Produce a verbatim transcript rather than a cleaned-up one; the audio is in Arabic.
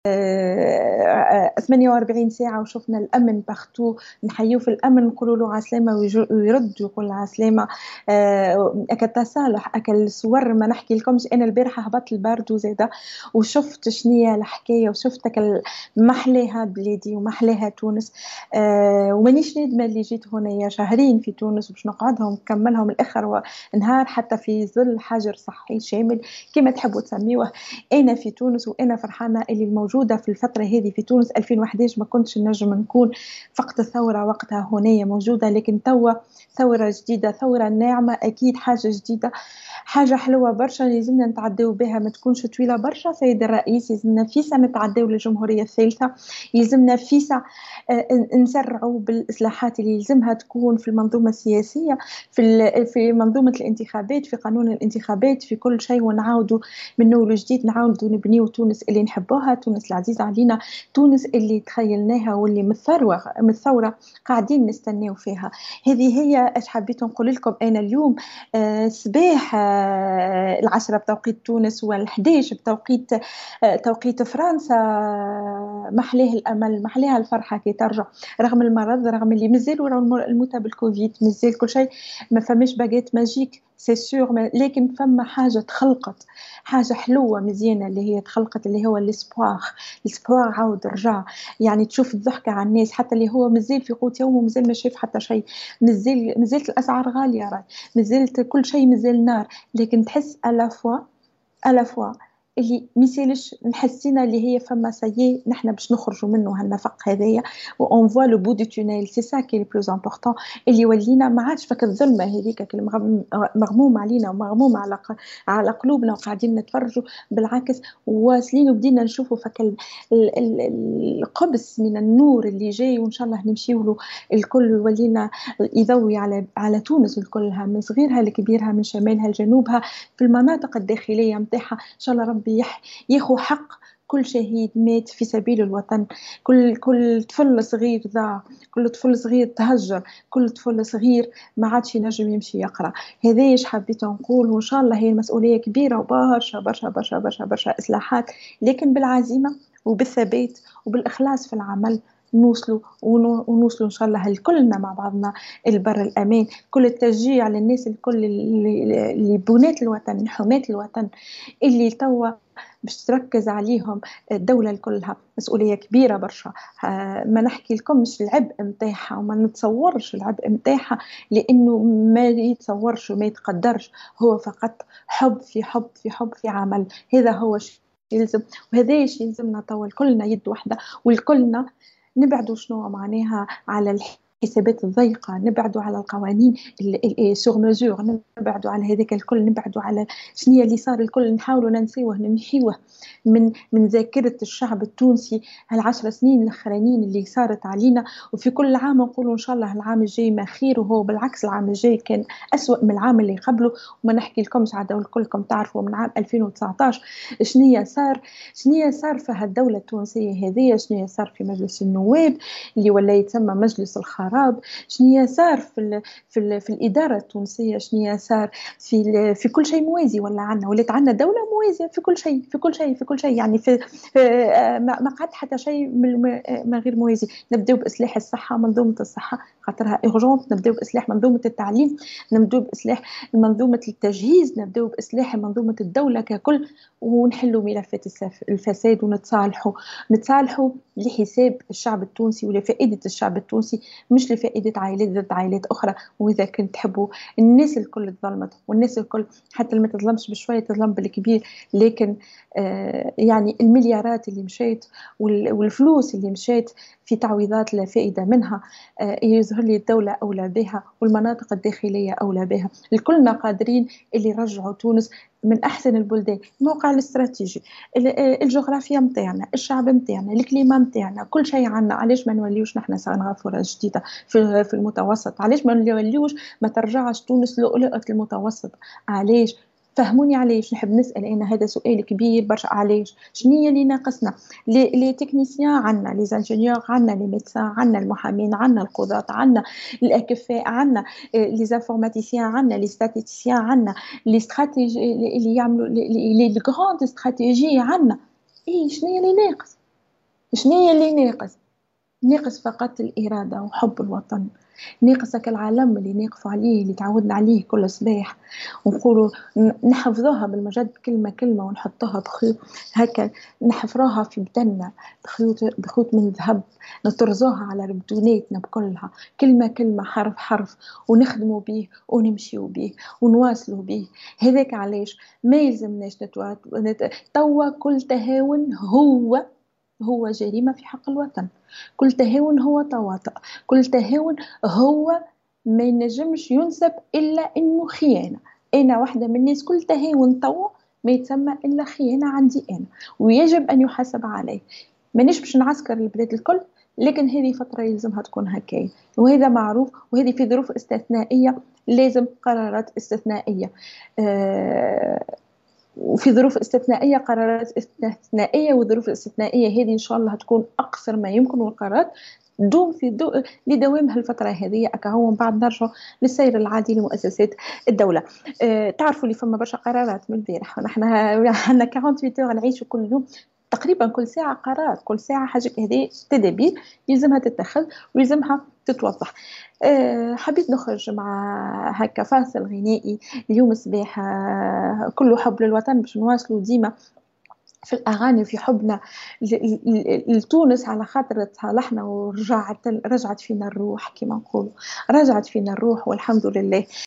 ثمانية وأربعين ساعة وشفنا الأمن بارتو، نحيو في الأمن نقولوا له عسلامة ويرد يقول عسلامة. أكا التصالح، أكا الصور ما نحكي لكمش. أنا البارحة هبط البرد وزادة وشفت شنية الحكاية وشفت محلاها بلادي ومحلاها تونس. أه ومانيش نادمة اللي جيت هنا شهرين في تونس باش نقعدهم نكملهم الآخر نهار حتى في ظل حجر صحي شامل كما تحبوا تسميوه. أنا في تونس وأنا فرحانة اللي الموجودة في الفترة هذه في تونس. ألفين وأحد عشر ما كنتش نجم نكون فقط الثورة وقتها هنا موجودة، لكن توا ثورة جديدة، ثورة ناعمة، أكيد حاجة جديدة، حاجة حلوة برشا لازمنا نتعداو بها، ما تكونش طويلة برشا. سيد الرئيس يلزمنا فيسا نتعداو للجمهورية الثالثة، يلزمنا فيسا نسرعوا بالإصلاحات اللي يلزمها تكون في المنظومة السياسية، في في منظومة الانتخابات، في قانون الانتخابات، في كل شيء، ونعاودوا من أول وجديد نعاودوا نبنيو تونس اللي نحبوها، تونس العزيزة علينا، تونس اللي تخيلناها واللي من الثروة من الثورة قاعدين نستناو فيها. هذه هي اش حبيت نقول لكم انا اليوم. آه صباح آه العشرة بتوقيت تونس والحديش بتوقيت آه توقيت فرنسا. آه محلاه الامل، محلاها الفرحه كي ترجع رغم المرض، رغم اللي مازال ورغم الموتى بالكوفيد، مازال كل شيء ما فماش باجيت ماجيك سي سور، لكن فما حاجه تخلقت، حاجه حلوه مزيانه اللي هي تخلقت، اللي هو الاسبوار. الاسبوار عاود رجع، يعني تشوف الضحكه على الناس حتى اللي هو مازال في قوت يومه مازال ما شاف حتى شيء، مازال مازالت الاسعار غاليه، راي مازالت كل شيء مازال نار، لكن تحس الا فوا الا فوا اللي ميسالش نحسينا اللي هي فما سيي نحن باش نخرجوا منه هالنفق هذايا، وون فوا لو بو دو تونيل. سي سا كي لو بلوز امبورطون، اللي ولينا ما عادش فك الظلمه هذيك مغموم علينا ومغموم على على قلوبنا وقاعدين نتفرجوا، بالعكس واصلين وبدينا نشوفوا فك القبس من النور اللي جاي، وان شاء الله نمشيو له الكل، ولينا يضوي على على تونس الكلها، من صغيرها لكبيرها، من شمالها لجنوبها، في المناطق الداخليه نتاعها. ان شاء الله ربي ياخو حق كل شهيد مات في سبيل الوطن، كل كل طفل صغير ضاع، كل طفل صغير تهجر، كل طفل صغير ما عادش ينجم يمشي يقرا. هذا ايش حبيت نقول، وان شاء الله هي المسؤوليه كبيره وبرشا برشا برشا برشا برشا اصلاحات، لكن بالعزيمه وبالثبات وبالاخلاص في العمل نوصلوا ونوصلوا ان شاء الله الكلنا مع بعضنا البر الامان. كل التشجيع للناس الكل اللي بنات الوطن، حماة الوطن، اللي توا باش تركز عليهم الدولة كلها، مسؤولية كبيرة برشا. ما نحكي لكمش العبء متاعها وما نتصورش العبء متاعها، لأنه ما يتصورش وما يتقدرش، هو فقط حب في حب في حب في عمل. هذا هو شيء يلزم، وهذا يلزمنا توا كلنا يد واحدة، والكلنا نبعدوا شنو معناها على الحسابات الضيقة، نبعدوا على القوانين سوغ مزور، نبعدوا على هذاك الكل، نبعدوا على شنية اللي صار الكل، نحاولوا ننسيوه نمحيوه من من ذاكرة الشعب التونسي. هالعشر سنين الأخرانيين اللي صارت علينا، وفي كل عام نقولوا إن شاء الله العام الجاي ما خير، وهو بالعكس العام الجاي كان أسوأ من العام اللي قبله. وما نحكي لكمش عاد كلكم تعرفوا من عام ألفين وتسعطاش شنية صار، شنية صار في هالدولة التونسية هذه، شنية صار في مجلس النواب اللي ولا يتسمى مجلس الخراب، شنية صار في ال في ال في الإدارة التونسية، شنية صار في في كل شيء موازي، ولا عنا ولات عنا دولة موازية في كل شيء في كل شيء في كل شيء، يعني في, في ما قعد حتى شيء ما غير موازي. نبداو بإصلاح الصحة، منظومة الصحة خاطرها إيرجونت، نبداو بإصلاح منظومة التعليم، نبداو بإصلاح منظومة التجهيز، نبداو بإصلاح منظومة الدولة ككل، ونحلوا ملفات الفساد ونتصالحوا نتصالحوا لحساب الشعب التونسي ولفائدة الشعب التونسي، مش لفائدة عائلات ضد عائلات أخرى. وإذا كنت تحبوا الناس الكل تظلمت، والناس الكل حتى اللي ما تظلمش بشوية تظلم بالكبير، لكن آه يعني المليارات اللي مشيت والفلوس اللي مشيت في تعويضات لا فائدة منها، آه يظهر لي الدولة أولى بها والمناطق الداخلية أولى بها. الكلنا قادرين اللي رجعوا تونس من أحسن البلدان، الموقع الاستراتيجي، الجغرافيا متاعنا، الشعب متاعنا، الكليما متاعنا، كل شيء عنا. علاش ما نوليوش نحن صنغافورة جديدة في في المتوسط؟ علاش ما نوليوش ما ترجعش تونس لؤلؤة المتوسط؟ علاش؟ فهموني علاش. نحب نسأل أنا، هذا سؤال كبير برشا. علاش؟ شنية اللي ناقصنا؟ لي لي تكنيسيان عنا، لي زانجينيور عنا، لي ميدسان عنا، المحامين عنا، القضاة عنا، الأكفاء عنا، لي زانفورماتيسيان عنا، لي ستاتيسيان عنا، لي استراتيجي اللي يعملوا لي لي غراند استراتيجية عنا. إيه شنية اللي ناقص؟ شنو هي اللي ناقص؟ ناقص فقط الإرادة وحب الوطن، ناقصك العلم اللي نقف عليه اللي تعودنا عليه كل صباح، ونقولوا نحفظوها بالمجد كلمة كلمة ونحطوها بخيط هكا، نحفروها في بدنا بخيوط بخيوط من ذهب، نطرزوها على ربدوناتنا بكلها كلمة كلمة حرف حرف، ونخدموا به ونمشيوا به ونواصلوا به. هذاك علاش ما يلزمناش نتوات نت... توا كل تهاون هو هو جريمة في حق الوطن، كل تهاون هو تواطؤ، كل تهاون هو ما ينجمش ينسب إلا إنه خيانة. أنا واحدة من الناس كل تهاون توا ما يتسمى إلا خيانة عندي أنا، ويجب أن يحاسب عليه. مانيش باش نعسكر البلاد الكل، لكن هذه فترة يلزمها تكون هكاية، وهذا معروف، وهذه في ظروف استثنائية لازم قرارات استثنائية. آه وفي ظروف استثنائية قرارات استثنائية، والظروف الاستثنائية هذه إن شاء الله هتكون أقصر ما يمكن، والقرارات دوم في دو... لدوامها الفترة هذه أكهو، من بعد نرجع للسير العادي لمؤسسات الدولة. أه تعرفوا اللي فما برشا قرارات من البارح، ونحن عندنا ثمانية وأربعين ساعة نعيشوا كل يوم تقريبا كل ساعة قرار، كل ساعة حاجة هذه تدابير يلزمها تتخذ ويلزمها تتوضح. أه حبيت نخرج مع هكا فاصل غنائي اليوم صباح كله حب للوطن، باش نواصلوا ديما في الأغاني وفي حبنا لتونس، على خاطر تصالحنا ورجعت رجعت فينا الروح، كما نقولوا رجعت فينا الروح والحمد لله.